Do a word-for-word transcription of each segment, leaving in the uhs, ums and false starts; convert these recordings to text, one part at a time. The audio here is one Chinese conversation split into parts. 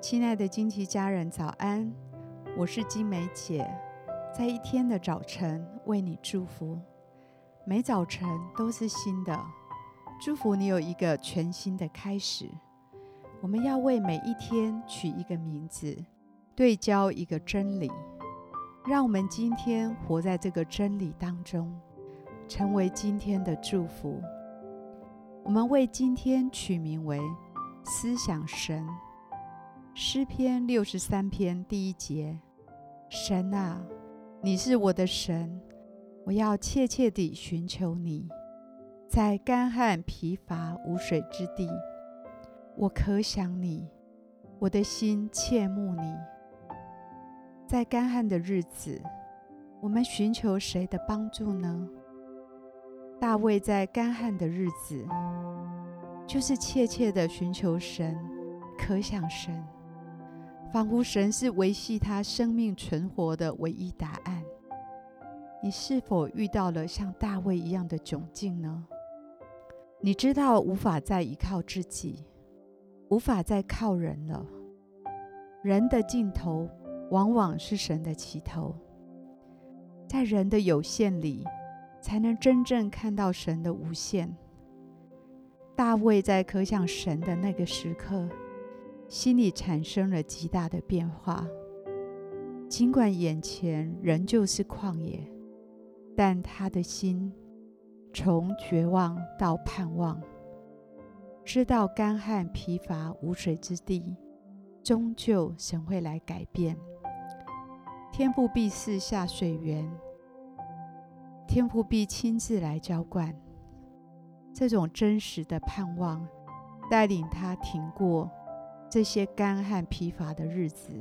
亲爱的金奇家人早安，我是金梅姐，在一天的早晨为你祝福。每早晨都是新的，祝福你有一个全新的开始。我们要为每一天取一个名字，对焦一个真理，让我们今天活在这个真理当中，成为今天的祝福。我们为今天取名为思想神。诗篇六十三篇第一节，神啊，你是我的神，我要切切地寻求你，在干旱疲乏无水之地，我渴想你，我的心切慕你。在干旱的日子，我们寻求谁的帮助呢？大卫在干旱的日子，就是切切地寻求神，渴想神，仿佛神是维系他生命存活的唯一答案。你是否遇到了像大卫一样的窘境呢？你知道无法再依靠自己，无法再靠人了。人的尽头往往是神的起头，在人的有限里，才能真正看到神的无限。大卫在渴想神的那个时刻，心里产生了极大的变化。尽管眼前仍旧是旷野，但他的心从绝望到盼望，知道干旱疲乏无水之地，终究神会来改变。天父必赐下水源，天父必亲自来浇灌。这种真实的盼望带领他挺过这些干旱疲乏的日子，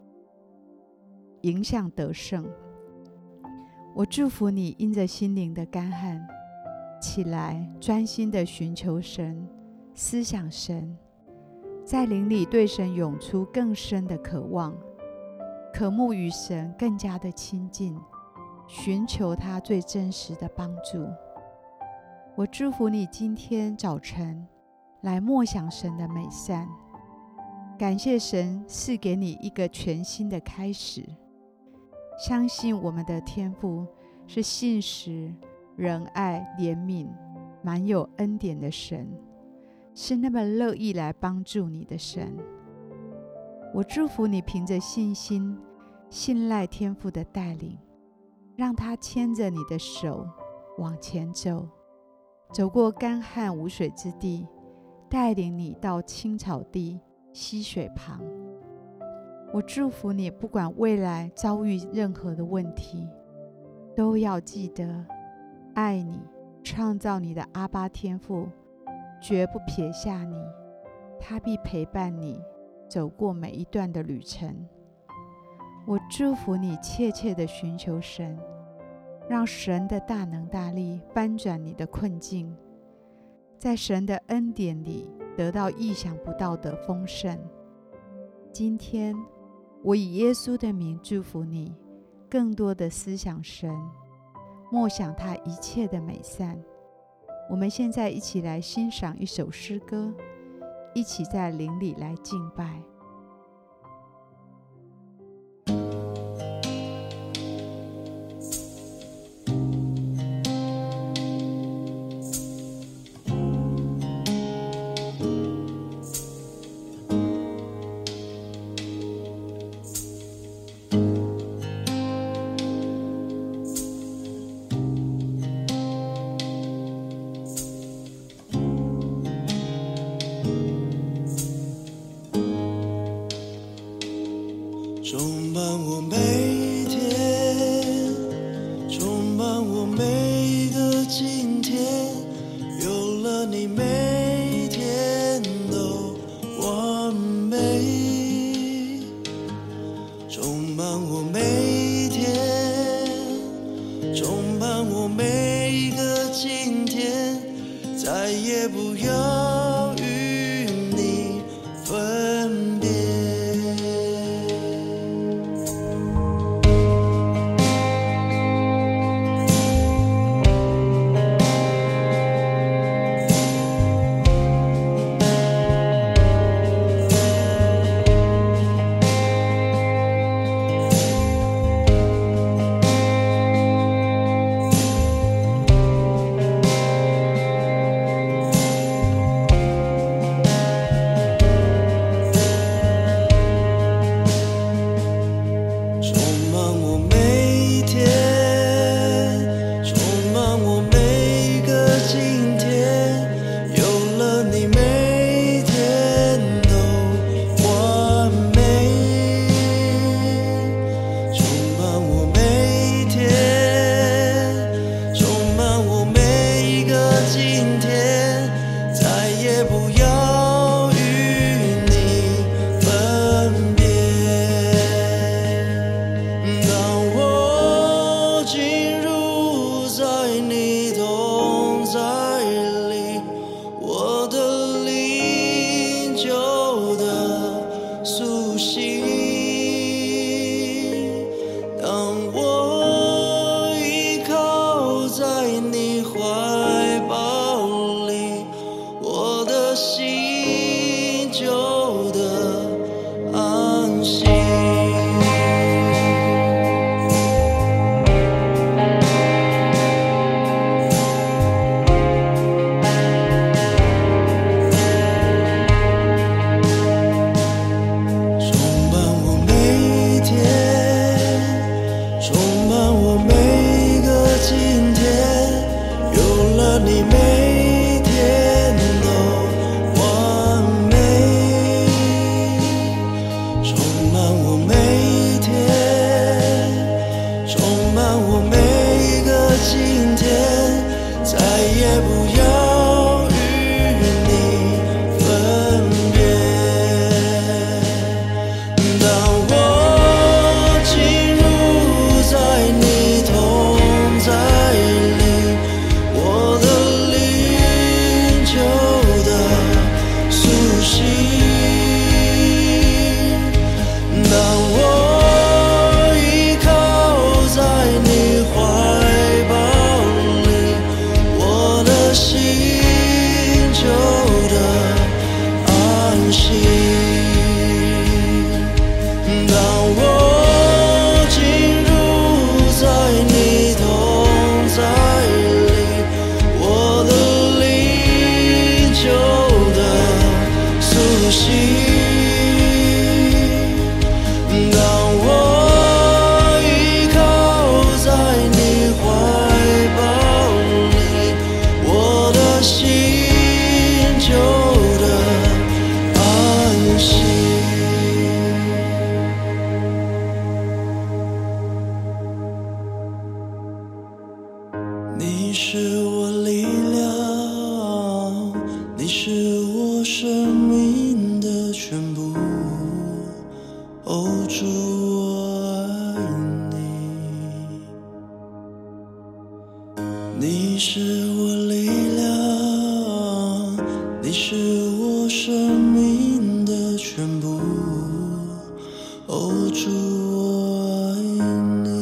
迎向得胜。我祝福你因着心灵的干旱起来，专心的寻求神，思想神，在灵里对神涌出更深的渴望，渴慕与神更加的亲近，寻求他最真实的帮助。我祝福你今天早晨来默想神的美善，感谢神赐给你一个全新的开始。相信我们的天父是信实、仁爱、怜悯、满有恩典的神，是那么乐意来帮助你的神。我祝福你凭着信心信赖天父的带领，让他牵着你的手往前走，走过干旱无水之地，带领你到青草地溪水旁。我祝福你，不管未来遭遇任何的问题，都要记得爱你创造你的阿爸天父绝不撇下你，他必陪伴你走过每一段的旅程。我祝福你切切的寻求神，让神的大能大力翻转你的困境，在神的恩典里得到意想不到的丰盛。今天我以耶稣的名祝福你，更多的思想神，默想他一切的美善。我们现在一起来欣赏一首诗歌，一起在灵里来敬拜。 的心就得安息。你每天都完美，充满我每天，充满我每个今天，再也不要与你分别。当我进入在你同在里，我的当我依靠在你怀抱里，我的心就得安息。当我进入在你同在里，我的灵就得苏醒。你是我力量，你是我生命的全部。哦，主，我爱你。你是我力量，你是我生命的全部。哦，主，我爱你。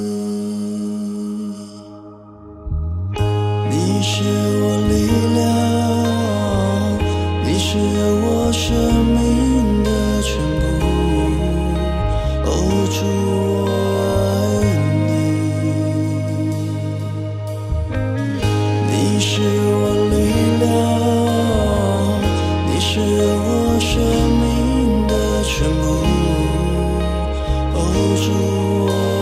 你是我力量，你是我生命的全部。哦，主，我爱你。你是我力量，你是我生命的全部。哦，主，我